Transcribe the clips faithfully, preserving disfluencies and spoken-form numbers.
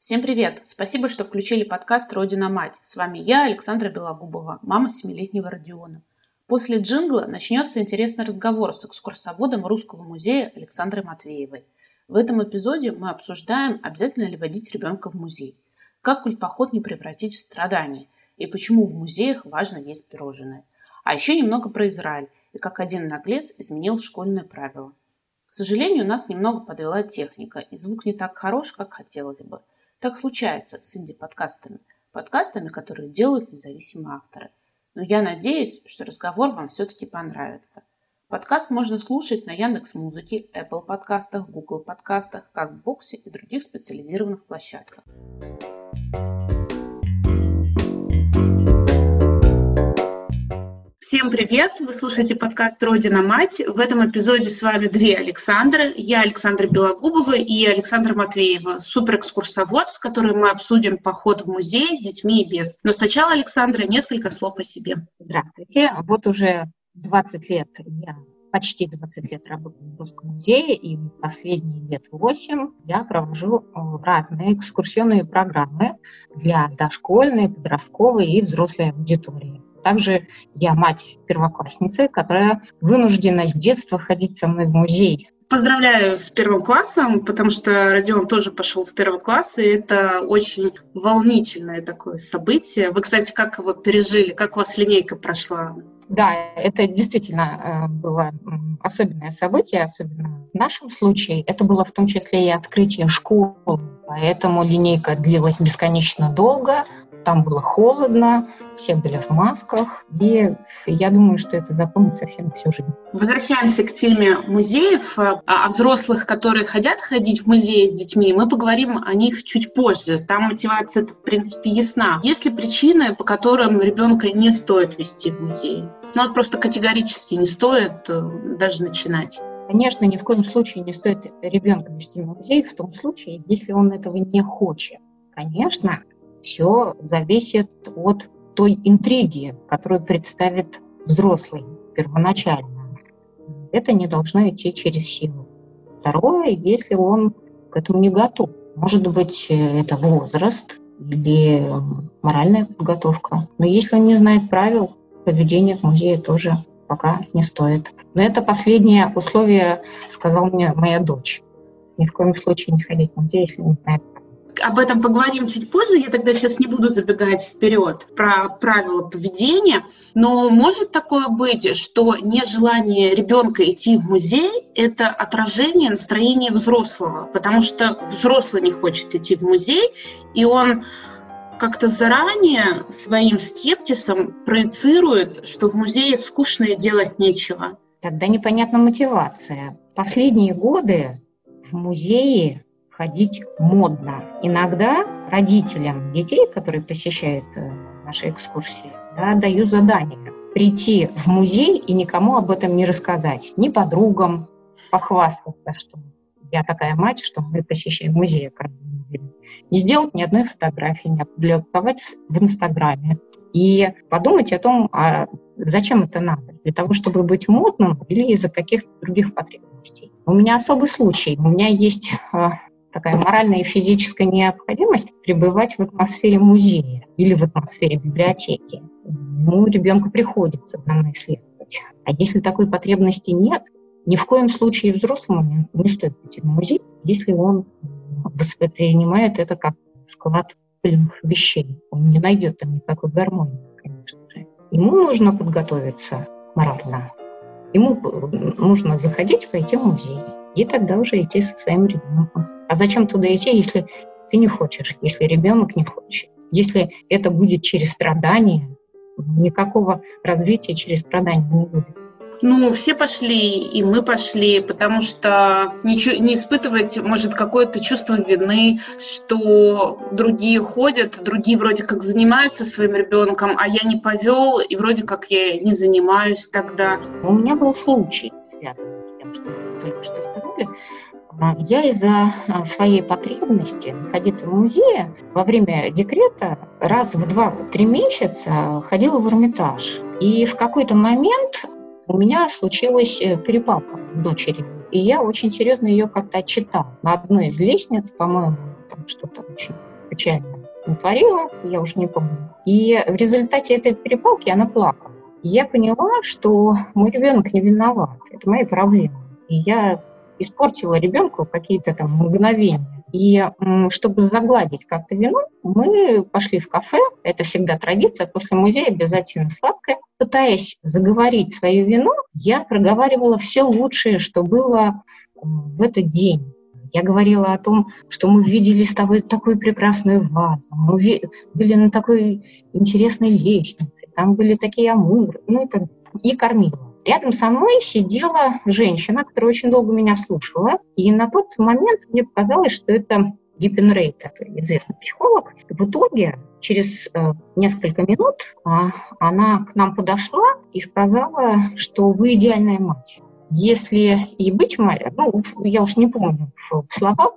Всем привет! Спасибо, что включили подкаст «Родина-мать». С вами я, Александра Белогубова, мама семилетнего Родиона. После джингла начнется интересный разговор с экскурсоводом Русского музея Александрой Матвеевой. В этом эпизоде мы обсуждаем, обязательно ли водить ребенка в музей, как культпоход не превратить в страдание и почему в музеях важно есть пирожное. А еще немного про Израиль и как один наглец изменил школьные правила. К сожалению, нас немного подвела техника, и звук не так хорош, как хотелось бы. Так случается с инди-подкастами, подкастами, которые делают независимые авторы. Но я надеюсь, что разговор вам все-таки понравится. Подкаст можно слушать на Яндекс.Музыке, Apple подкастах, Google подкастах, Кастбоксе и других специализированных площадках. Всем привет! Вы слушаете подкаст «Родина-мать». В этом эпизоде с вами две Александры. Я Александра Белогубова и Александра Матвеева, суперэкскурсовод, с которой мы обсудим поход в музей с детьми и без. Но сначала, Александра, несколько слов о себе. Здравствуйте. Вот уже двадцать лет я почти двадцать лет работаю в Русском музее, и последние лет восемь я провожу разные экскурсионные программы для дошкольной, подростковой и взрослой аудитории. Также я мать первоклассницы, которая вынуждена с детства ходить со мной в музей. Поздравляю с первым классом, потому что Родион тоже пошел в первый класс, и это очень волнительное такое событие. Вы, кстати, как его пережили? Как у вас линейка прошла? Да, это действительно было особенное событие, особенно в нашем случае. Это было в том числе и открытие школы, поэтому линейка длилась бесконечно долго, там было холодно, все были в масках, и я думаю, что это запомнится всем всю жизнь. Возвращаемся к теме музеев. О взрослых, которые хотят ходить в музей с детьми, мы поговорим о них чуть позже. Там мотивация, в принципе, ясна. Есть ли причины, по которым ребенка не стоит вести в музей? Ну, вот просто категорически не стоит даже начинать. Конечно, ни в коем случае не стоит ребенка вести в музей в том случае, если он этого не хочет. Конечно, все зависит от той интриги, которую представит взрослый первоначально. Это не должно идти через силу. Второе, если он к этому не готов. Может быть, это возраст или моральная подготовка. Но если он не знает правил, поведения в музее тоже пока не стоит. Но это последнее условие, сказала мне моя дочь. Ни в коем случае не ходить в музей, если не знает правил. Об этом поговорим чуть позже. Я тогда сейчас не буду забегать вперед про правила поведения. Но может такое быть, что нежелание ребенка идти в музей – это отражение настроения взрослого, потому что взрослый не хочет идти в музей, и он как-то заранее своим скептисом проецирует, что в музее скучно и делать нечего. Тогда непонятна мотивация. Последние годы в музее ходить модно. Иногда родителям детей, которые посещают наши экскурсии, да, даю задание прийти в музей и никому об этом не рассказать. Ни подругам похвастаться, что я такая мать, что мы посещаем музей каждую неделю. Не сделать ни одной фотографии, не опубликовать в Инстаграме. И подумать о том, а зачем это надо? Для того, чтобы быть модным или из-за каких-то других потребностей. У меня особый случай. У меня есть такая моральная и физическая необходимость пребывать в атмосфере музея или в атмосфере библиотеки. Ну, ребенку приходится данное исследовать. А если такой потребности нет, ни в коем случае взрослому не, не стоит идти в музей, если он воспринимает это как склад пыльных вещей. Он не найдет там никакой гармонии, конечно же. Ему нужно подготовиться морально. Ему нужно заходить, пойти в музей. И тогда уже идти со своим ребенком. А зачем туда идти, если ты не хочешь, если ребенок не хочет? Если это будет через страдания, никакого развития через страдания не будет. Ну, все пошли, и мы пошли, потому что не, не испытывать, может, какое-то чувство вины, что другие ходят, другие вроде как занимаются своим ребенком, а я не повел, и вроде как я не занимаюсь тогда. У меня был случай, связанный с тем, что вы только что сказали. Я из-за своей потребности находиться в музее во время декрета раз в два-три месяца ходила в Эрмитаж. И в какой-то момент у меня случилась перепалка с дочерью, и я очень серьезно ее как-то отчитала. На одной из лестниц, по-моему, там что-то очень печально натворила, я уж не помню. И в результате этой перепалки она плакала. И я поняла, что мой ребенок не виноват. Это мои проблемы. И я испортила ребенку какие-то там мгновения. И чтобы загладить как-то вину, мы пошли в кафе. Это всегда традиция. После музея обязательно сладкое. Пытаясь заговорить свою вину, я проговаривала все лучшее, что было в этот день. Я говорила о том, что мы видели с тобой такую прекрасную вазу, мы были на такой интересной лестнице, там были такие амуры, ну и так далее. И кормила. Рядом со мной сидела женщина, которая очень долго меня слушала, и на тот момент мне показалось, что это Гиппенрейтер, известный психолог. В итоге, через э, несколько минут э, она к нам подошла и сказала, что вы идеальная мать. Если и быть мать, ну, я уж не помню в словах,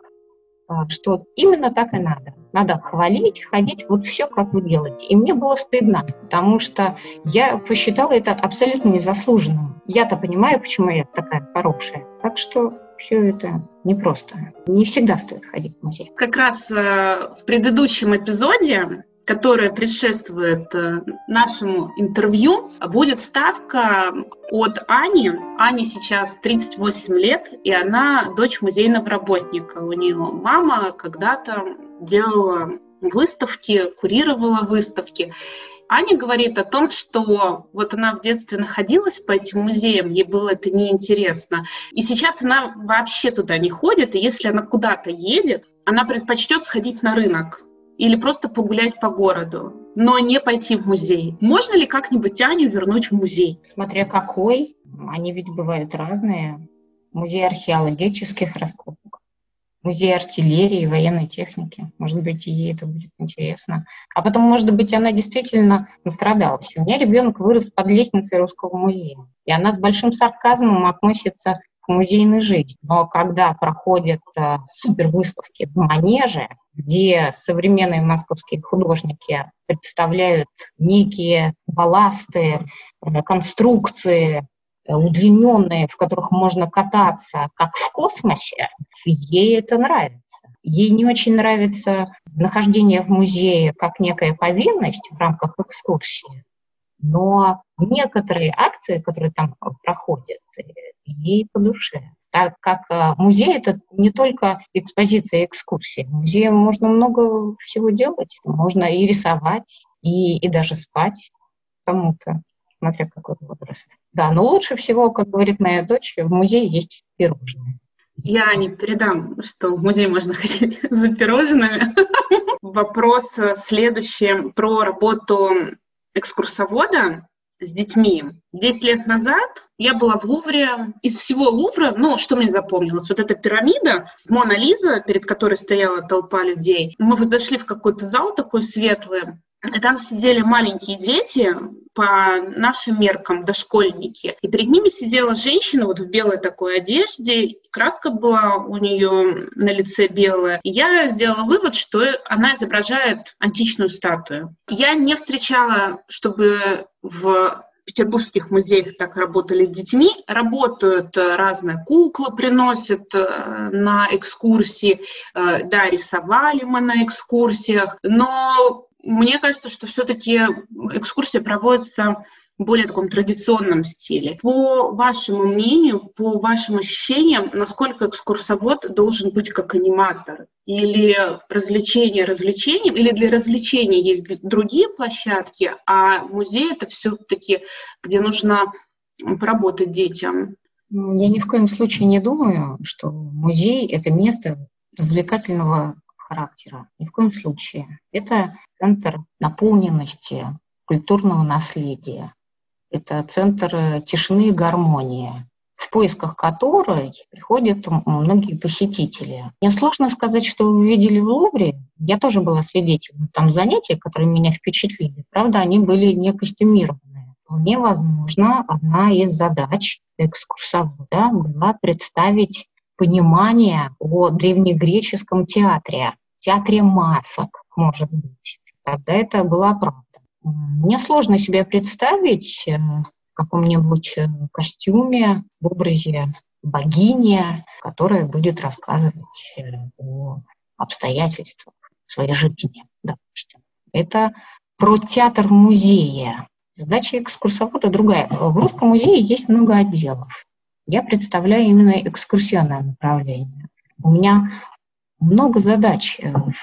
что именно так и надо. Надо хвалить, ходить, вот все, как вы делаете. И мне было стыдно, потому что я посчитала это абсолютно незаслуженным. Я-то понимаю, почему я такая хорошая. Так что все это непросто. Не всегда стоит ходить в музей. Как раз э, в предыдущем эпизоде, которое предшествует э, нашему интервью, будет вставка от Ани. Ане сейчас тридцать восемь лет, и она дочь музейного работника. У нее мама когда-то делала выставки, курировала выставки. Аня говорит о том, что вот она в детстве находилась по этим музеям, ей было это неинтересно. И сейчас она вообще туда не ходит, и если она куда-то едет, она предпочтет сходить на рынок или просто погулять по городу, но не пойти в музей. Можно ли как-нибудь Аню вернуть в музей? Смотря какой. Они ведь бывают разные. Музей археологических раскопок, музей артиллерии и военной техники. Может быть, и ей это будет интересно. А потом, может быть, она действительно настрадалась. У меня ребенок вырос под лестницей Русского музея. И она с большим сарказмом относится к музейной жизни. Но когда проходят э, супервыставки в Манеже, где современные московские художники представляют некие балласты, э, конструкции, э, удлиненные, в которых можно кататься, как в космосе, ей это нравится. Ей не очень нравится нахождение в музее как некая повинность в рамках экскурсии, но некоторые акции, которые там проходят, ей по душе. Так как музей — это не только экспозиция и экскурсии. В музее можно много всего делать. Можно и рисовать, и, и даже спать кому-то, смотря какой возраст. Да, но лучше всего, как говорит моя дочь, в музее есть пирожные. Я не передам, что в музей можно ходить за пирожными. Вопрос следующий про работу экскурсовода с детьми. Десять лет назад я была в Лувре. Из всего Лувра, ну, что мне запомнилось, вот эта пирамида, Мона Лиза, перед которой стояла толпа людей. Мы зашли в какой-то зал такой светлый, и там сидели маленькие дети, по нашим меркам, дошкольники. И перед ними сидела женщина вот в белой такой одежде, краска была у нее на лице белая. И я сделала вывод, что она изображает античную статую. Я не встречала, чтобы в петербургских музеях так работали с детьми. Работают разные куклы, приносят на экскурсии. Да, рисовали мы на экскурсиях, но мне кажется, что все-таки экскурсия проводится в более таком традиционном стиле. По вашему мнению, по вашим ощущениям, насколько экскурсовод должен быть как аниматор? Или развлечение развлечением, или для развлечения есть другие площадки, а музей — это все-таки, где нужно поработать детям? Я ни в коем случае не думаю, что музей — это место развлекательного характера. Ни в коем случае. Это центр наполненности культурного наследия. Это центр тишины и гармонии, в поисках которой приходят многие посетители. Мне сложно сказать, что вы видели в Лувре. Я тоже была свидетелем там занятий, которые меня впечатлили. Правда, они были не костюмированные. Вполне возможно, одна из задач экскурсовода была представить понимание о древнегреческом театре, театре масок, может быть. Тогда это была правда. Мне сложно себе представить в каком-нибудь костюме, в образе богини, которая будет рассказывать о обстоятельствах в своей жизни, допустим. Это про театр музея. Задача экскурсовода другая. В Русском музее есть много отделов. Я представляю именно экскурсионное направление. У меня много задач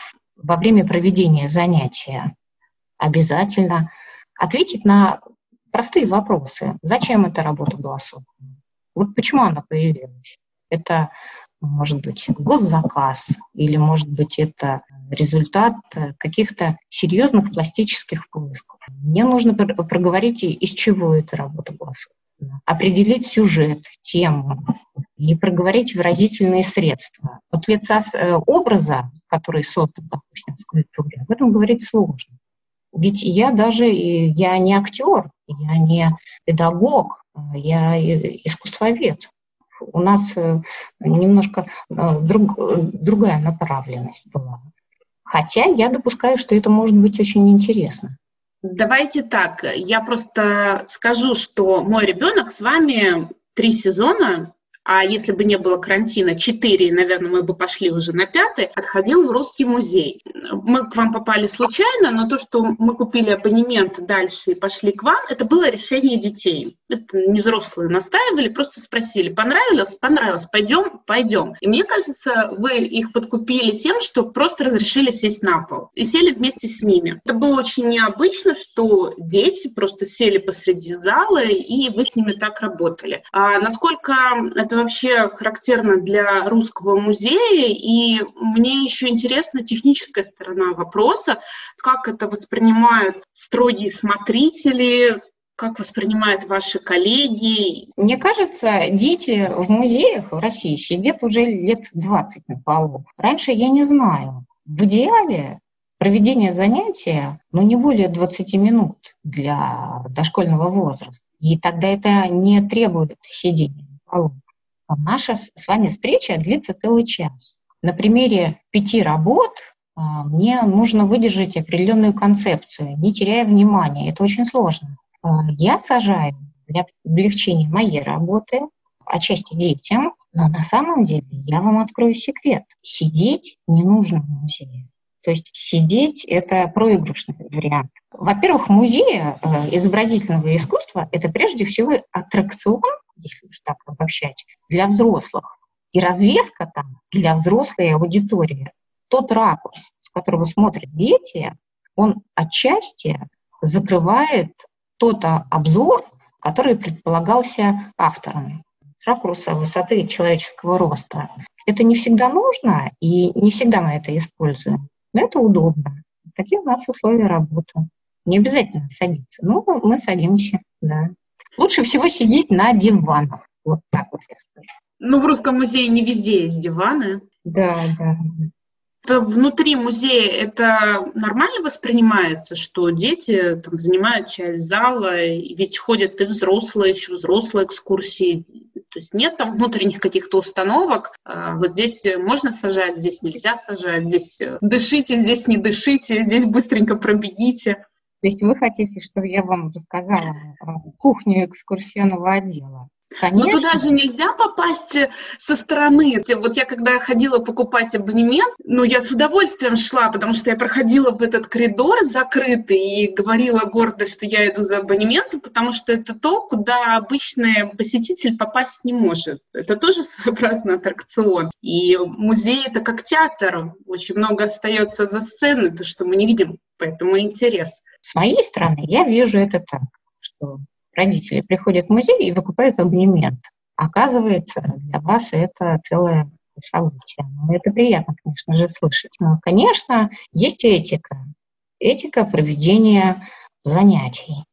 во время проведения занятия. Обязательно ответить на простые вопросы. Зачем эта работа была создана? Вот почему она появилась? Это, может быть, госзаказ, или, может быть, это результат каких-то серьезных пластических поисков. Мне нужно проговорить, из чего эта работа была создана, определить сюжет, тему и проговорить выразительные средства. От лица образа, который создан, допустим, в скульптуре, об этом говорить сложно. Ведь я даже, я не актер, я не педагог, я искусствовед. У нас немножко друг, другая направленность была. Хотя я допускаю, что это может быть очень интересно. Давайте так, я просто скажу, что мой ребенок с вами три сезона, а если бы не было карантина, четыре, наверное, мы бы пошли уже на пятый, отходил в Русский музей. Мы к вам попали случайно, но то, что мы купили абонемент дальше и пошли к вам, это было решение детей. Это не взрослые настаивали, просто спросили, понравилось? Понравилось, пойдем? Пойдем. И мне кажется, вы их подкупили тем, что просто разрешили сесть на пол и сели вместе с ними. Это было очень необычно, что дети просто сели посреди зала, и вы с ними так работали. А насколько это вообще характерно для Русского музея, и мне еще интересна техническая сторона вопроса, как это воспринимают строгие смотрители, как воспринимают ваши коллеги? Мне кажется, дети в музеях в России сидят уже лет двадцать на полу. Раньше я не знаю. В идеале проведение занятия, ну, не более двадцати минут для дошкольного возраста. И тогда это не требует сидения на полу. Наша с вами встреча длится целый час. На примере пяти работ а, мне нужно выдержать определенную концепцию, не теряя внимания. Это очень сложно. А, я сажаю для облегчения моей работы, отчасти детям, но на самом деле я вам открою секрет. Сидеть не нужно в музее. То есть сидеть – это проигрышный вариант. Во-первых, музей э, изобразительного искусства – это прежде всего аттракцион, если уж так обобщать, для взрослых. И развеска там для взрослой аудитории. Тот ракурс, с которого смотрят дети, он отчасти закрывает тот обзор, который предполагался автором. Ракурса высоты человеческого роста. Это не всегда нужно, и не всегда мы это используем. Но это удобно. Такие у нас условия работы. Не обязательно садиться. Ну, мы садимся, да. Лучше всего сидеть на диванах. Вот так вот я скажу. Ну, в Русском музее не везде есть диваны. Да, да. Это внутри музея это нормально воспринимается, что дети там занимают часть зала, и ведь ходят и взрослые, еще взрослые экскурсии. То есть нет там внутренних каких-то установок. Вот здесь можно сажать, здесь нельзя сажать, здесь дышите, здесь не дышите, здесь быстренько пробегите. То есть вы хотите, чтобы я вам рассказала про кухню экскурсионного отдела? Конечно. Но туда же нельзя попасть со стороны. Вот я когда ходила покупать абонемент, ну, я с удовольствием шла, потому что я проходила в этот коридор закрытый и говорила гордо, что я иду за абонементом, потому что это то, куда обычный посетитель попасть не может. Это тоже своеобразный аттракцион. И музей — это как театр. Очень много остается за сценой, то, что мы не видим, поэтому интерес. С моей стороны я вижу это так, что родители приходят в музей и выкупают абонемент. Оказывается, для вас это целое событие. Но это приятно, конечно же, слышать. Но, конечно, есть этика. Этика проведения занятий,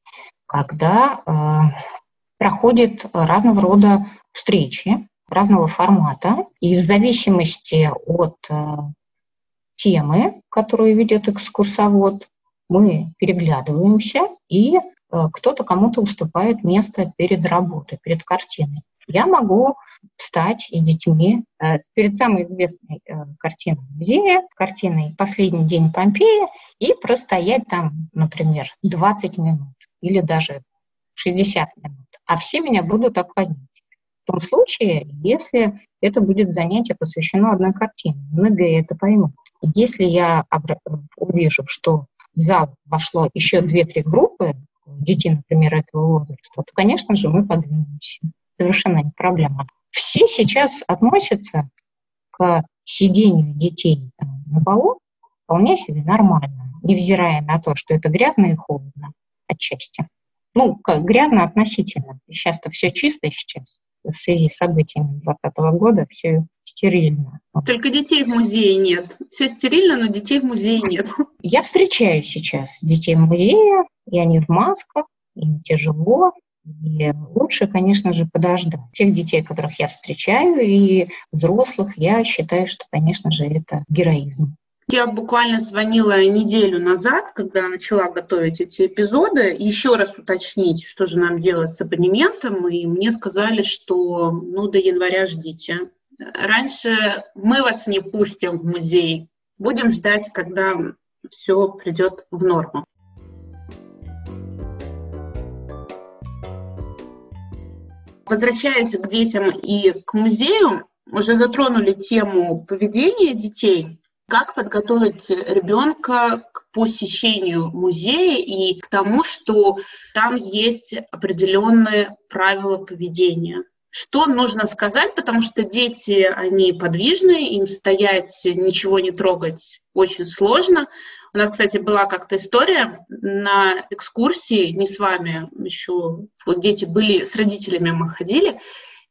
когда э, проходят разного рода встречи, разного формата, и в зависимости от э, темы, которую ведет экскурсовод, мы переглядываемся, и кто-то кому-то уступает место перед работой, перед картиной. Я могу встать с детьми э, перед самой известной э, картиной музея, картиной «Последний день Помпеи», и простоять там, например, двадцать минут или даже шестьдесят минут. А все меня будут обходить. В том случае, если это будет занятие посвящено одной картине. Многие это поймут. Если я увижу, что в зал вошло еще две-три группы детей, например, этого возраста, то, конечно же, мы подвинемся. Совершенно не проблема. Все сейчас относятся к сидению детей на полу вполне себе нормально, невзирая на то, что это грязно и холодно отчасти. Ну, как грязно относительно. Сейчас-то все чисто сейчас. В связи с событиями двадцатого года все стерильно. Только детей в музее нет. Все стерильно, но детей в музее нет. Я встречаю сейчас детей в музее, и они в масках, им тяжело. И лучше, конечно же, подождать. Тех детей, которых я встречаю, и взрослых, я считаю, что, конечно же, это героизм. Я буквально звонила неделю назад, когда начала готовить эти эпизоды, еще раз уточнить, что же нам делать с абонементом, и мне сказали, что ну до января ждите. Раньше мы вас не пустим в музей. Будем ждать, когда все придет в норму. Возвращаясь к детям и к музею, уже затронули тему поведения детей. Как подготовить ребенка к посещению музея и к тому, что там есть определенные правила поведения? Что нужно сказать, потому что дети, они подвижные, им стоять, ничего не трогать очень сложно. У нас, кстати, была как-то история на экскурсии, не с вами еще, вот дети были, с родителями мы ходили,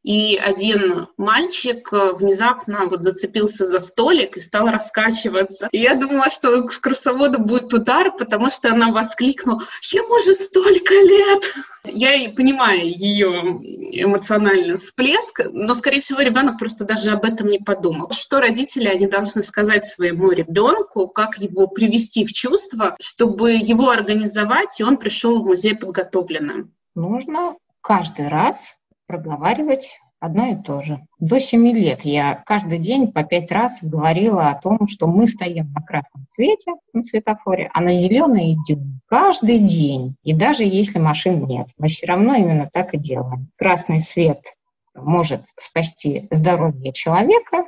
и один мальчик внезапно вот зацепился за столик и стал раскачиваться. И я думала, что у экскурсовода будет удар, потому что она воскликнула: «Ему же столько лет!» Я и понимаю ее эмоциональный всплеск, но, скорее всего, ребенок просто даже об этом не подумал. Что родители, они должны сказать своему ребенку, как его привести в чувство, чтобы его организовать, и он пришел в музей подготовленным? Нужно каждый раз проговаривать одно и то же. До семи лет я каждый день по пять раз говорила о том, что мы стоим на красном цвете на светофоре, а на зеленый идем. Каждый день. И даже если машин нет, мы все равно именно так и делаем. Красный свет может спасти здоровье человека,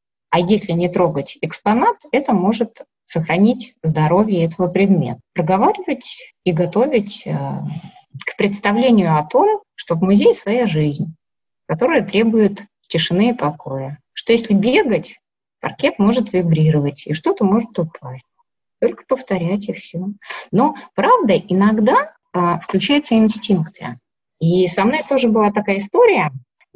а если не трогать экспонат, это может сохранить здоровье этого предмета. Проговаривать и готовить э, к представлению о том, что в музее своя жизнь, которая требует тишины и покоя. Что если бегать, паркет может вибрировать, и что-то может упасть. Только повторять, и все. Но, правда, иногда а, включаются инстинкты. И со мной тоже была такая история.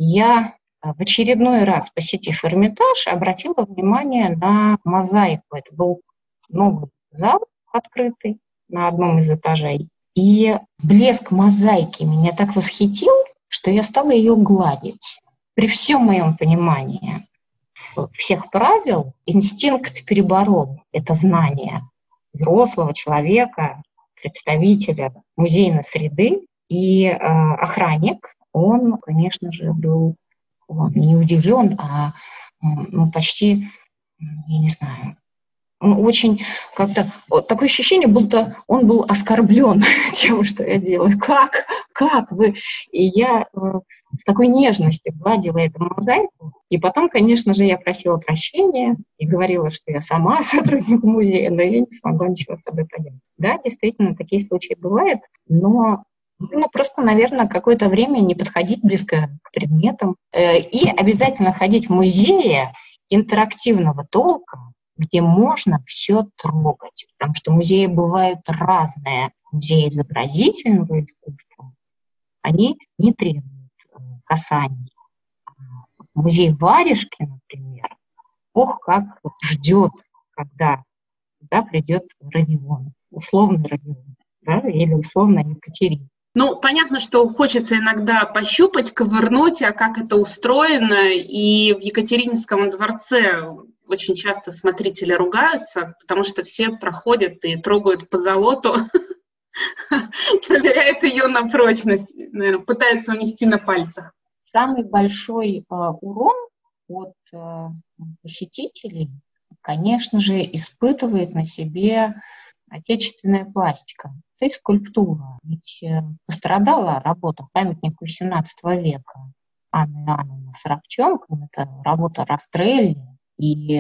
Я в очередной раз, посетив Эрмитаж, обратила внимание на мозаику. Это был новый зал открытый на одном из этажей. И блеск мозаики меня так восхитил, что я стала ее гладить. При всем моем понимании всех правил инстинкт переборол это знание взрослого человека, представителя музейной среды. И э, охранник, он, конечно же, был он не удивлен, а ну, почти, я не знаю, он очень как-то... Вот такое ощущение, будто он был оскорблен тем, что я делаю. Как? Как вы? И я э, с такой нежностью гладила эту мозаику. И потом, конечно же, я просила прощения и говорила, что я сама сотрудник музея, но я не смогла ничего с собой поделать. Да, действительно, такие случаи бывают, но ну, просто, наверное, какое-то время не подходить близко к предметам. Э, и обязательно ходить в музеи интерактивного толка, где можно все трогать, потому что музеи бывают разные. Музеи изобразительного искусства, они не требуют касаний. Музей варежки, например, ох, как ждет, когда туда придет Родион, условно Родион, да, или условно Екатерина. Ну, понятно, что хочется иногда пощупать, ковырнуть, а как это устроено, и в Екатерининском дворце очень часто смотрители ругаются, потому что все проходят и трогают позолоту, проверяют ее на прочность, наверное, пытаются унести на пальцах. Самый большой э, урон от э, посетителей, конечно же, испытывает на себе отечественная пластика, то есть скульптура. Ведь э, пострадала работа памятнику семнадцатого века Анны Иоанновны Саракченко, это работа Растрелли. И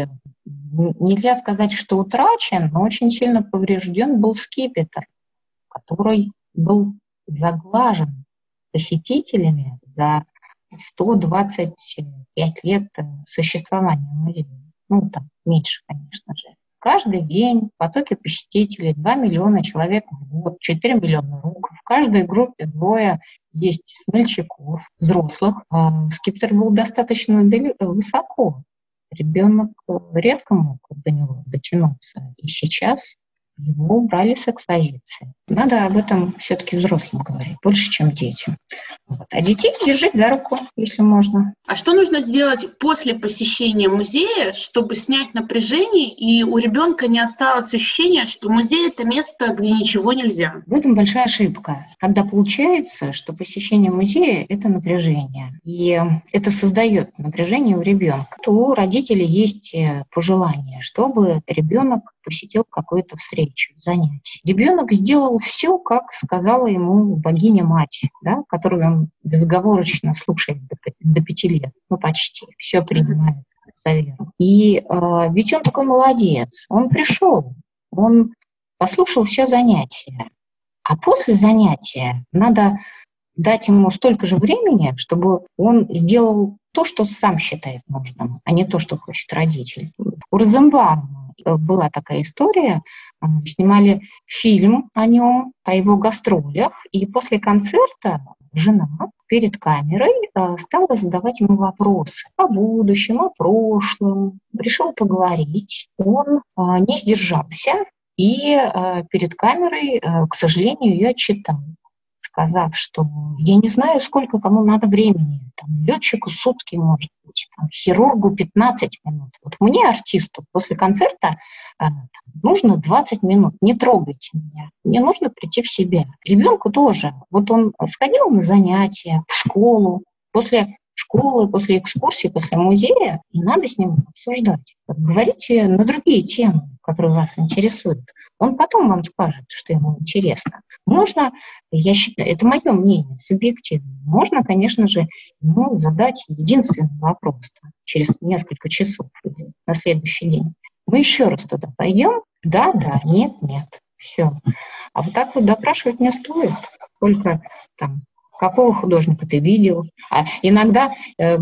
нельзя сказать, что утрачен, но очень сильно поврежден был скипетр, который был заглажен посетителями за сто двадцать пять лет существования музея. Ну, там меньше, конечно же. Каждый день потоки посетителей, два миллиона человек в год, четыре миллиона рук. В каждой группе двое есть смельчаков, взрослых. А скипетр был достаточно высоко. Ребенок редко мог до него дотянуться. И сейчас его убрали с экспозиции. Надо об этом все-таки взрослым говорить, больше, чем детям. Вот. А детей держать за руку, если можно. А что нужно сделать после посещения музея, чтобы снять напряжение, и у ребенка не осталось ощущения, что музей — это место, где ничего нельзя? В этом большая ошибка. Когда получается, что посещение музея — это напряжение, и это создает напряжение у ребенка, то у родителей есть пожелание, чтобы ребенок посетил какую-то встречу, занятие. Ребенок сделал все, как сказала ему богиня-мать, да, которую он безоговорочно слушает до, до пяти лет, ну почти, все принимает за веру. И э, ведь он такой молодец, он пришел, он послушал все занятия, а после занятия надо дать ему столько же времени, чтобы он сделал то, что сам считает нужным, а не то, что хочет родитель. У Розенбаума была такая история, снимали фильм о нем, о его гастролях, и после концерта жена перед камерой стала задавать ему вопросы о будущем, о прошлом. Решил поговорить, он не сдержался и перед камерой, к сожалению, ее отчитал, сказав, что я не знаю, сколько кому надо времени. Там, летчику сутки, может быть, там, хирургу пятнадцать минут. Вот мне, артисту, после концерта э, нужно двадцать минут. Не трогайте меня. Мне нужно прийти в себя. Ребенку тоже. Вот он сходил на занятия, в школу. После школы, после экскурсии, после музея, не надо с ним обсуждать. Говорите на другие темы, которые вас интересуют. Он потом вам скажет, что ему интересно. Можно, я считаю, это мое мнение, субъективно, можно, конечно же, ему задать единственный вопрос через несколько часов или на следующий день. Мы еще раз туда пойдем? Да, да, нет, нет. Все. А вот так вот допрашивать не стоит. Только там, какого художника ты видел. А иногда э,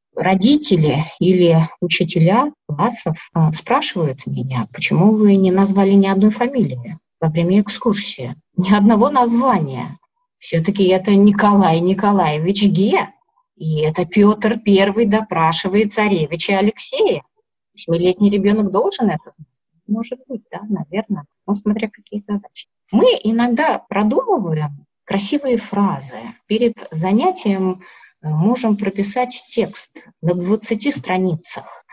родители или учителя классов э, спрашивают меня, почему вы не назвали ни одной фамилии во время экскурсии. Ни одного названия. Все-таки это Николай Николаевич Ге, и это Петр Первый допрашивает царевича Алексея. Семилетний ребенок должен это знать? Может быть, да, наверное. Ну, смотря какие задачи. Мы иногда продумываем красивые фразы. Перед занятием можем прописать текст на двадцати страницах,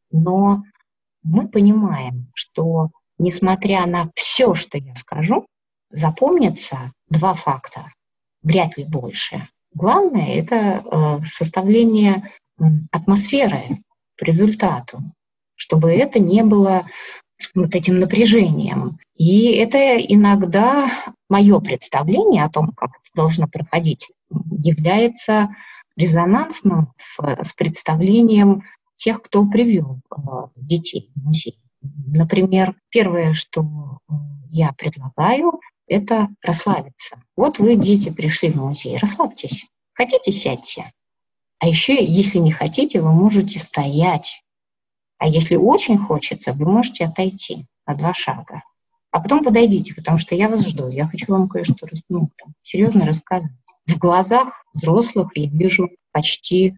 но мы понимаем, что несмотря на все, что я скажу, запомнится два факта, вряд ли больше. Главное – это э, составление э, атмосферы по результату, чтобы это не было вот этим напряжением. И это иногда мое представление о том, как это должно проходить, является резонансным с представлением тех, кто привел э, детей в музей. Например, первое, что я предлагаю, это расслабиться. Вот вы, дети, пришли в музей, расслабьтесь. Хотите, сядьте. А еще, если не хотите, вы можете стоять. А если очень хочется, вы можете отойти на два шага. А потом подойдите, потому что я вас жду. Я хочу вам кое-что ну, серьезно рассказать. В глазах взрослых я вижу почти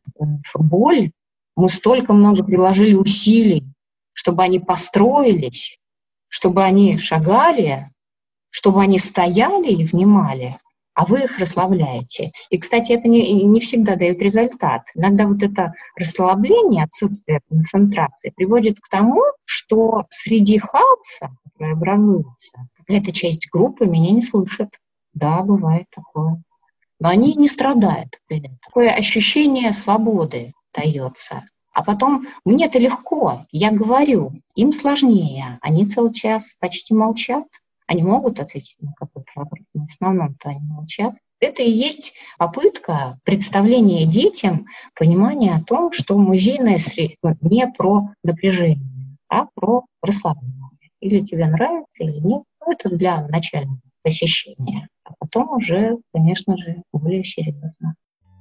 боль. Мы столько много приложили усилий, чтобы они построились, чтобы они шагали, чтобы они стояли и внимали, а вы их расслабляете. И, кстати, это не, не всегда дает результат. Иногда вот это расслабление, отсутствие концентрации приводит к тому, что среди хаоса, который образуется, какая-то часть группы меня не слышит. Да, бывает такое. Но они не страдают. Такое ощущение свободы дается. А потом мне-то легко, я говорю, им сложнее. Они целый час почти молчат. Они могут ответить на какой-то вопрос, но в основном-то они молчат. Это и есть попытка представления детям понимания о том, что музейная среда не про напряжение, а про прославление. Или тебе нравится, или нет. Ну, это для начального посещения. А потом уже, конечно же, более серьезно.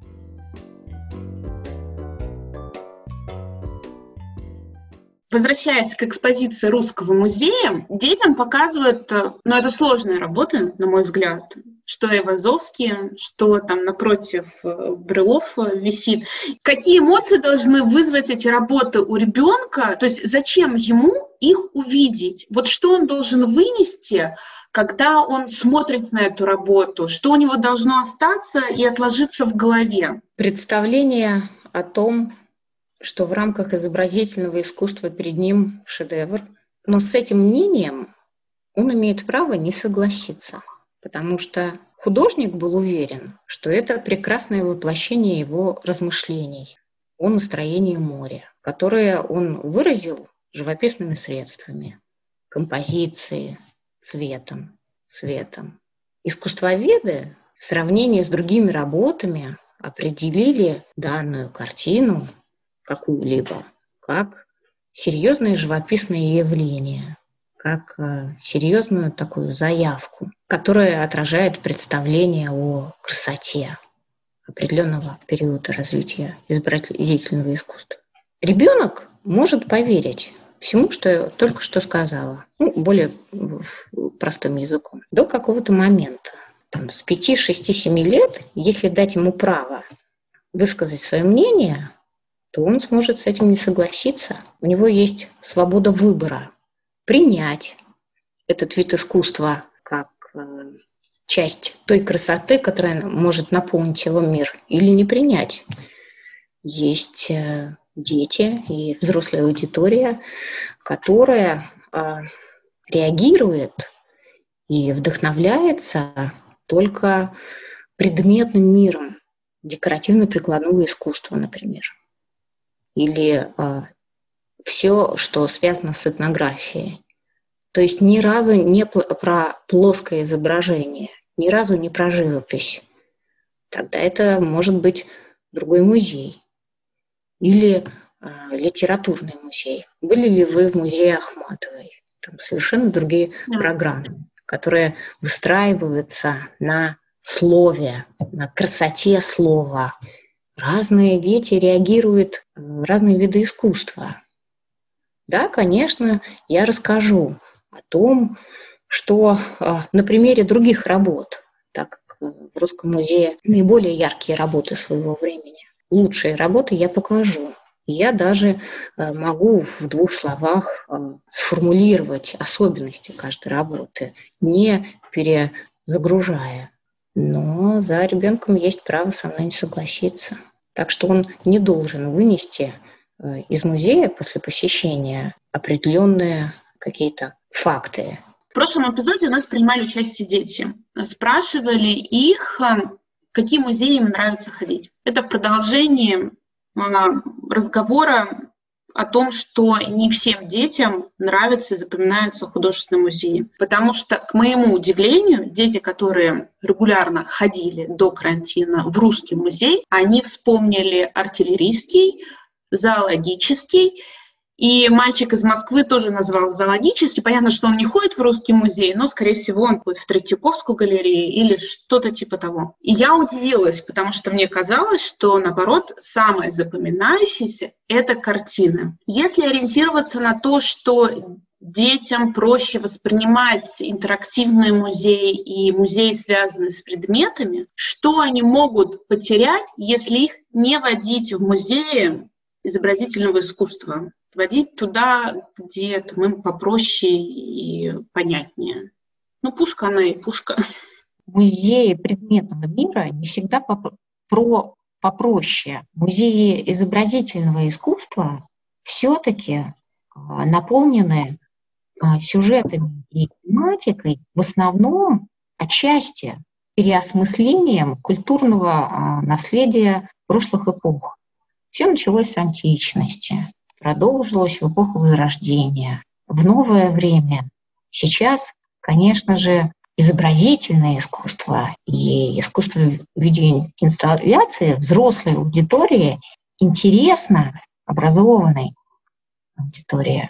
Возвращаясь к экспозиции Русского музея, детям показывают, ну, это сложная работа, на мой взгляд, что Айвазовский, что там напротив Брюлов висит. Какие эмоции должны вызвать эти работы у ребенка? То есть зачем ему их увидеть? Вот что он должен вынести, когда он смотрит на эту работу? Что у него должно остаться и отложиться в голове? Представление о том, что в рамках изобразительного искусства перед ним шедевр. Но с этим мнением он имеет право не согласиться, потому что художник был уверен, что это прекрасное воплощение его размышлений о настроении моря, которое он выразил живописными средствами, композицией, цветом, цветом. Искусствоведы в сравнении с другими работами определили данную картину какую-либо, как серьезное живописное явление, как э, серьезную такую заявку, которая отражает представление о красоте определенного периода развития изобразительного искусства. Ребенок может поверить всему, что я только что сказала, ну, более простым языком, до какого-то момента. Там, с пяти, шести, семи лет, если дать ему право высказать свое мнение, то он сможет с этим не согласиться. У него есть свобода выбора. Принять этот вид искусства как э, часть той красоты, которая может наполнить его мир, или не принять. Есть э, дети и взрослая аудитория, которая э, реагирует и вдохновляется только предметным миром декоративно-прикладного искусства, например. Или э, все, что связано с этнографией. То есть ни разу не пл- про плоское изображение, ни разу не про живопись. Тогда это может быть другой музей. Или э, литературный музей. Были ли вы в музее Ахматовой? Там совершенно другие да. программы, которые выстраиваются на слове, на красоте слова. Разные дети реагируют в разные виды искусства. Да, конечно, я расскажу о том, что на примере других работ, так как в Русском музее наиболее яркие работы своего времени, лучшие работы я покажу. Я даже могу в двух словах сформулировать особенности каждой работы, не перезагружая. Но за ребенком есть право со мной не согласиться. Так что он не должен вынести из музея после посещения определенные какие-то факты. В прошлом эпизоде у нас принимали участие дети. Спрашивали их, какие музеи им нравится ходить. Это в продолжении разговора о том, что не всем детям нравятся и запоминаются художественные музеи. Потому что, к моему удивлению, дети, которые регулярно ходили до карантина в Русский музей, они вспомнили артиллерийский, зоологический. И мальчик из Москвы тоже назвал зоологический. Понятно, что он не ходит в Русский музей, но, скорее всего, он ходит в Третьяковскую галерею или что-то типа того. И я удивилась, потому что мне казалось, что, наоборот, самое запоминающееся — это картины. Если ориентироваться на то, что детям проще воспринимать интерактивные музеи и музеи, связанные с предметами, что они могут потерять, если их не водить в музеи изобразительного искусства? Водить туда, где там им попроще и понятнее. Ну, пушка она и пушка. Музеи предметного мира не всегда поп- про попроще. Музеи изобразительного искусства все-таки а, наполнены а, сюжетами и тематикой, в основном отчасти переосмыслением культурного а, наследия прошлых эпох. Все началось с античности. Продолжилось в эпоху Возрождения, в новое время. Сейчас, конечно же, изобразительное искусство и искусство в виде инсталляции взрослой аудитории интересно образованной аудитории.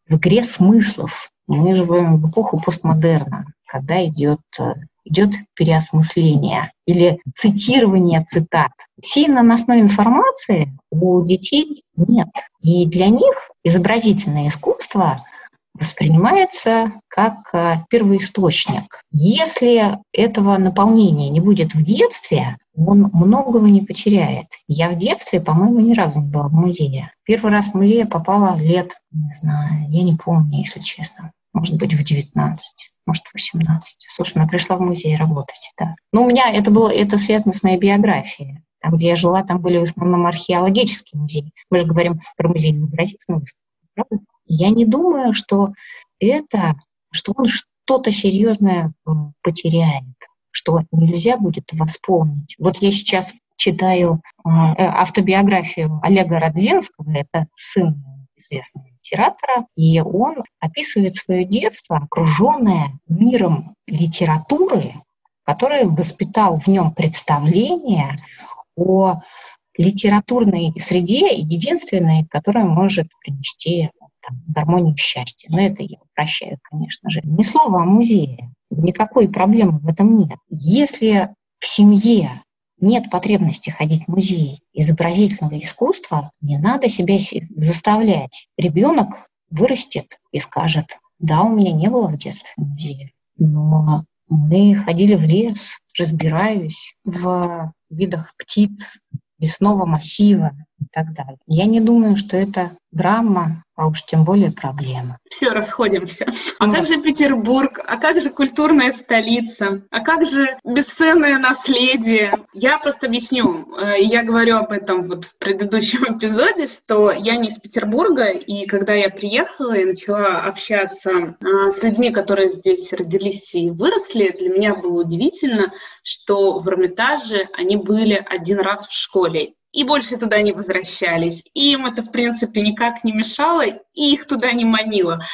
в игре смыслов. Мы живем в эпоху постмодерна, когда идет, идет переосмысление или цитирование цитат. Всей наносной информации у детей нет. И для них изобразительное искусство воспринимается как первоисточник. Если этого наполнения не будет в детстве, он многого не потеряет. Я в детстве, по-моему, ни разу не была в музее. Первый раз в музей попала лет, не знаю, я не помню, если честно. Может быть, в девятнадцать, может, в восемнадцать. Собственно, пришла в музей работать, да. Но у меня это было, это связано с моей биографией. Там, где я жила, там были в основном археологические музеи. Мы же говорим про музей изобразительного искусства, правда? Я не думаю, что это, что он что-то серьезное потеряет, что нельзя будет восполнить. Вот я сейчас читаю э, автобиографию Олега Радзинского, это сын известного литератора, и он описывает свое детство, окруженное миром литературы, который воспитал в нем представление о литературной среде, единственной, которая может принести там, гармонию и счастье. Но это я упрощаю, конечно же. Ни слова о музее. Никакой проблемы в этом нет. Если в семье нет потребности ходить в музей изобразительного искусства, не надо себя заставлять. Ребенок вырастет и скажет: да, у меня не было в детстве музея, но мы ходили в лес, разбирались в видах птиц, лесного массива и так далее. Я не думаю, что это драма, а уж тем более проблема. Все, расходимся. А ну, как же Петербург? А как же культурная столица? А как же бесценное наследие? Я просто объясню. Я говорю об этом вот в предыдущем эпизоде, что я не из Петербурга, и когда я приехала и начала общаться с людьми, которые здесь родились и выросли, для меня было удивительно, что в Эрмитаже они были один раз в школе. И больше туда не возвращались. И им это, в принципе, никак не мешало, и их туда не манило.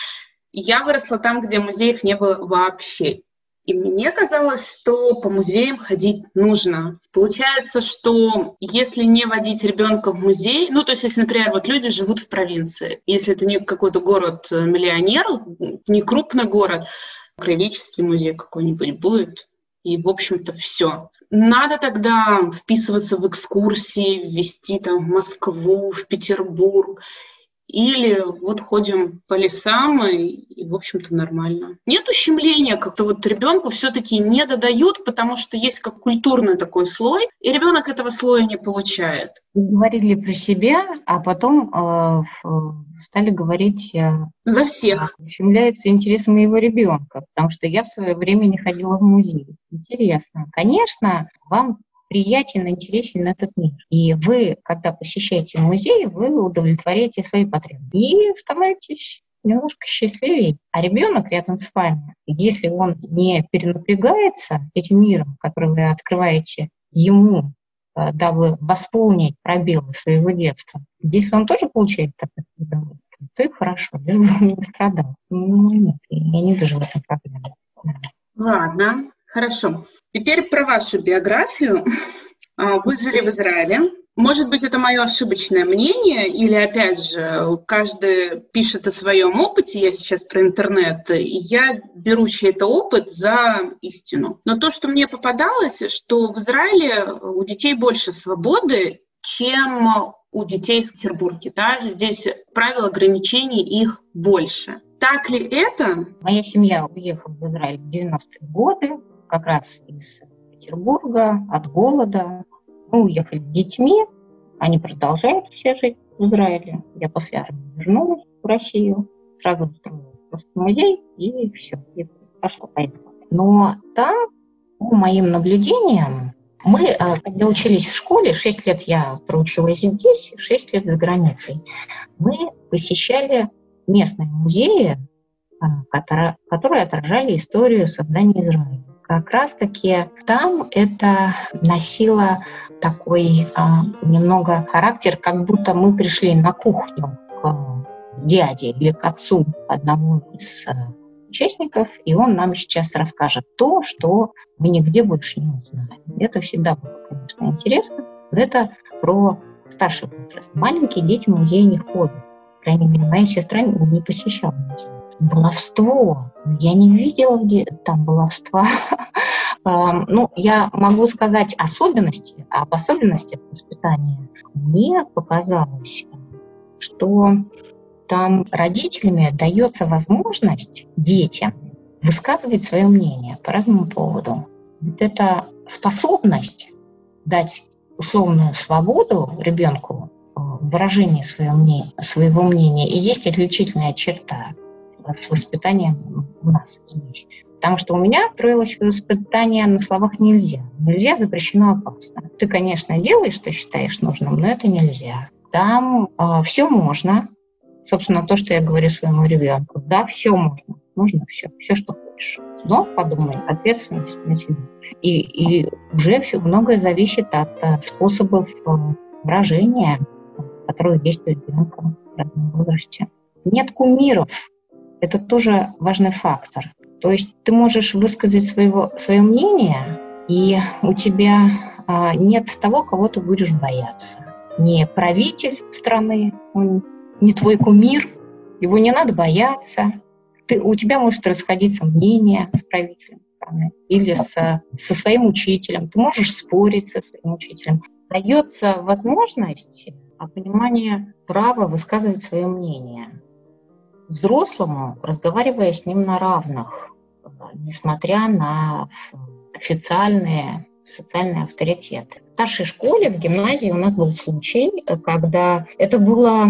Я выросла там, где музеев не было вообще. И мне казалось, что по музеям ходить нужно. Получается, что если не водить ребенка в музей, ну, то есть, если, например, вот люди живут в провинции, если это не какой-то город-миллионер, не крупный город, краеведческий музей какой-нибудь будет, и, в общем-то, все. Надо тогда вписываться в экскурсии, везти там в Москву, в Петербург. Или вот ходим по лесам, и, и в общем-то, нормально. Нет ущемления, как-то вот ребенку все-таки не додают, потому что есть как культурный такой слой, и ребенок этого слоя не получает. Говорили про себя, а потом э, стали говорить... Э, За всех. Ущемляется интерес моего ребенка, потому что я в свое время не ходила в музей. Интересно. Конечно, вам приятен, интересен этот мир. И вы, когда посещаете музей, вы удовлетворяете свои потребности и становитесь немножко счастливее. А ребенок рядом с вами, если он не перенапрягается этим миром, который вы открываете ему, дабы восполнить пробелы своего детства, если он тоже получает такое удовольствие, то и хорошо, лишь бы он не страдал. Ну, нет, я не вижу в этом проблемы. Ладно, хорошо. Теперь про вашу биографию. Вы жили в Израиле. Может быть, это мое ошибочное мнение, или, опять же, каждый пишет о своем опыте, я сейчас про интернет, и я беру чей-то опыт за истину. Но то, что мне попадалось, что в Израиле у детей больше свободы, чем у детей в Петербурге. Да? Здесь правил ограничений их больше. Так ли это? Моя семья уехала в Израиль в девяностые годы, как раз из Петербурга, от голода. Мы уехали с детьми, они продолжают все жить в Израиле. Я после армии вернулась в Россию, сразу устроилась просто в музей, и все, и пошла поехала. Но там, по моим наблюдениям, мы, когда учились в школе, шесть лет я проучилась здесь, шесть лет за границей, мы посещали местные музеи, которые, которые отражали историю создания Израиля. Как раз-таки там это носило такой а, немного характер, как будто мы пришли на кухню к дяде или к отцу одного из а, участников, и он нам сейчас расскажет то, что мы нигде больше не узнаем. Это всегда было, конечно, интересно. Это про старший возраст. Маленькие дети в музей не ходят. крайней мере, моя сестра не посещала музей. Баловство. Я не видела, где там баловства. Ну, я могу сказать особенности, об особенностях воспитания. Мне показалось, что там родителями дается возможность детям высказывать свое мнение по разному поводу. Вот эта способность дать условную свободу ребенку в выражении своего мнения, своего мнения и есть отличительная черта с воспитанием у нас здесь. Потому что у меня строилось воспитание на словах «нельзя». Нельзя, запрещено, опасно. Ты, конечно, делаешь, что считаешь нужным, но это нельзя. Там э, все можно. Собственно, то, что я говорю своему ребенку. Да, все можно. Можно все, все, что хочешь. Но подумай, ответственность на себя. И, и уже все многое зависит от э, способов э, выражения, которые есть у ребенка в разном возрасте. Нет кумиров. Это тоже важный фактор. То есть ты можешь высказать своего, свое мнение, и у тебя а, нет того, кого ты будешь бояться. Не правитель страны, он не твой кумир, его не надо бояться. Ты, у тебя может расходиться мнение с правителем страны или с, со своим учителем. Ты можешь спорить со своим учителем. Дается возможность, понимание права высказывать свое мнение. Взрослому, разговаривая с ним на равных, несмотря на официальные социальные авторитеты. В старшей школе, в гимназии у нас был случай, когда это было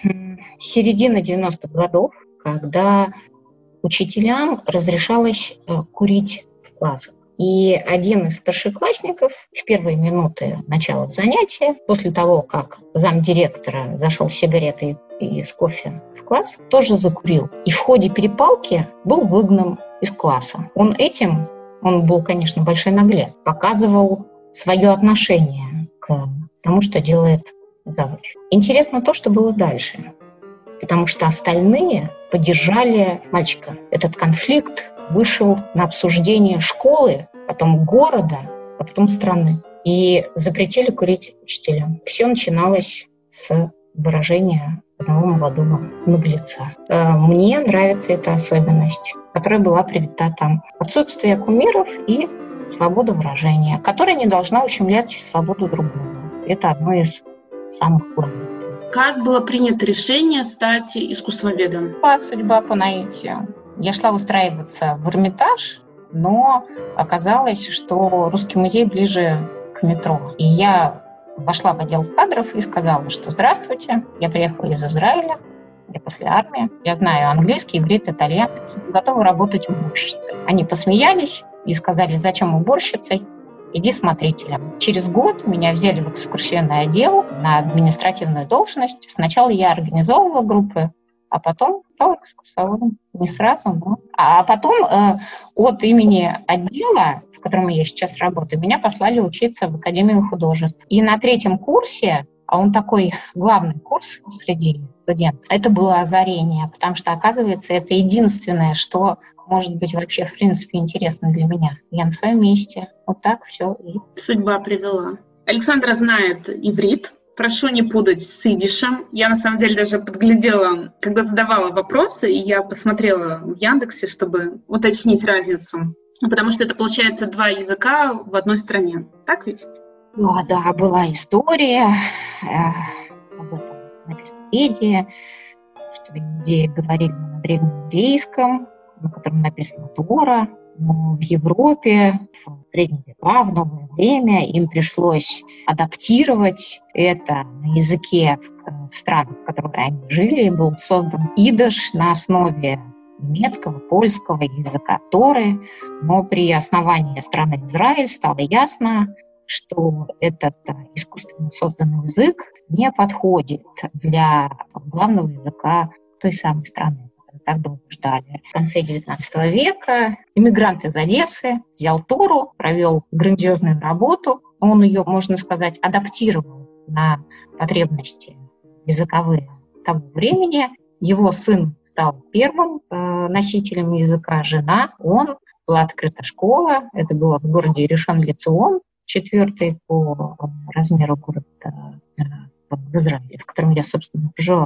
середина девяностых годов, когда учителям разрешалось курить в классах. И один из старшеклассников в первые минуты начала занятия, после того, как замдиректора зашел с сигаретой и с кофе в класс, тоже закурил. И в ходе перепалки был выгнан из класса. Он этим, он был, конечно, большой наглец, показывал свое отношение к тому, что делает завуч. Интересно то, что было дальше. Потому что остальные поддержали мальчика. Этот конфликт вышел на обсуждение школы, потом города, а потом страны. И запретили курить учителям. Все начиналось с выражения одного молодого наглеца. Мне нравится эта особенность, которая была привита там. Отсутствие кумиров и свобода выражения, которая не должна ущемлять свободу другого. Это одно из самых главных. Как было принято решение стать искусствоведом? По судьба по наитию. Я шла устраиваться в Эрмитаж, но оказалось, что Русский музей ближе к метро. И я вошла в отдел кадров и сказала, что «Здравствуйте, я приехала из Израиля, я после армии, я знаю английский, иврит, итальянский, готова работать уборщицей». Они посмеялись и сказали: «Зачем уборщицей? Иди смотрителем». Через год меня взяли в экскурсионный отдел на административную должность. Сначала я организовывала группы, а потом стала экскурсоводом. Не сразу, но... А потом э, от имени отдела, в котором я сейчас работаю, меня послали учиться в Академию художеств. И на третьем курсе, а он такой главный курс среди студентов, это было озарение, потому что, оказывается, это единственное, что может быть вообще, в принципе, интересно для меня. Я на своем месте. Вот так все. Судьба привела. Александра знает иврит. Прошу не путать с идишем. Я, на самом деле, даже подглядела, когда задавала вопросы, и я посмотрела в Яндексе, чтобы уточнить разницу. Потому что это, получается, два языка в одной стране. Так ведь? Ну, да, была история э, об этом на Википедии, что иудеи говорили на древнееврейском, на котором написано Тора. Но в Европе в средние века, в новое время им пришлось адаптировать это на языке в странах, в которых они жили. Был создан идиш на основе немецкого, польского языка Торы. Но при основании страны Израиль стало ясно, что этот искусственно созданный язык не подходит для главного языка той самой страны. Так долго ждали. В конце девятнадцатого века иммигрант из Одессы взял Тору, провел грандиозную работу. Он ее, можно сказать, адаптировал на потребности языковые того времени. Его сын стал первым э, носителем языка, жена, он. Была открыта школа, это было в городе Ришон-ле-Цион, четвертый по размеру город э, в Израиле, в котором я, собственно, проживала.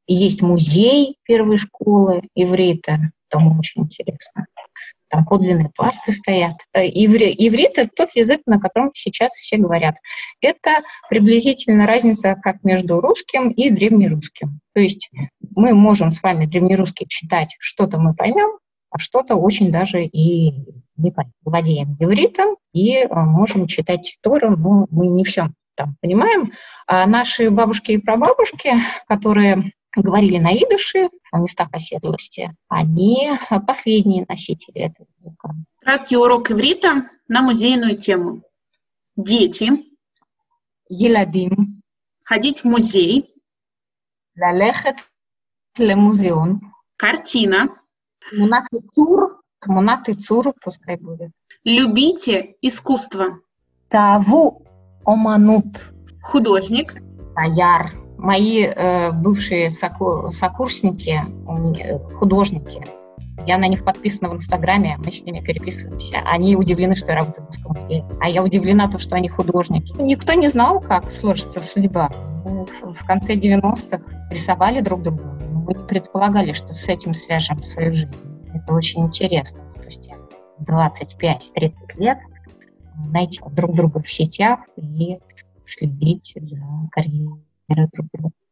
Есть музей первой школы иврита, там очень интересно. Там подлинные парты стоят. Иври, иврит – это тот язык, на котором сейчас все говорят. Это приблизительно разница как между русским и древнерусским. То есть мы можем с вами древнерусский читать, что-то мы поймем, а что-то очень даже и не поймем. Владеем ивритом и можем читать Тору, но мы не все там понимаем. А наши бабушки и прабабушки, которые говорили на идыше в местах оседлости, они последние носители этого языка. Краткий урок иврита на музейную тему. Дети. Еладим. Ходить в музей. Лалехет лемузеон. Картина. Тмунат ицур. Тмунат ицур, пускай будет. Любите искусство. Таву оманут. Художник. Саяр. Мои э, бывшие соку- сокурсники, художники, я на них подписана в Инстаграме, мы с ними переписываемся. Они удивлены, что я работаю в Русском музее. А я удивлена, то, что они художники. Никто не знал, как сложится судьба. Мы в конце девяностых рисовали друг друга. Мы не предполагали, что с этим свяжем свою жизнь. Это очень интересно. Спустя двадцать пять тридцать лет найти друг друга в сетях и следить за карьерой друг друга.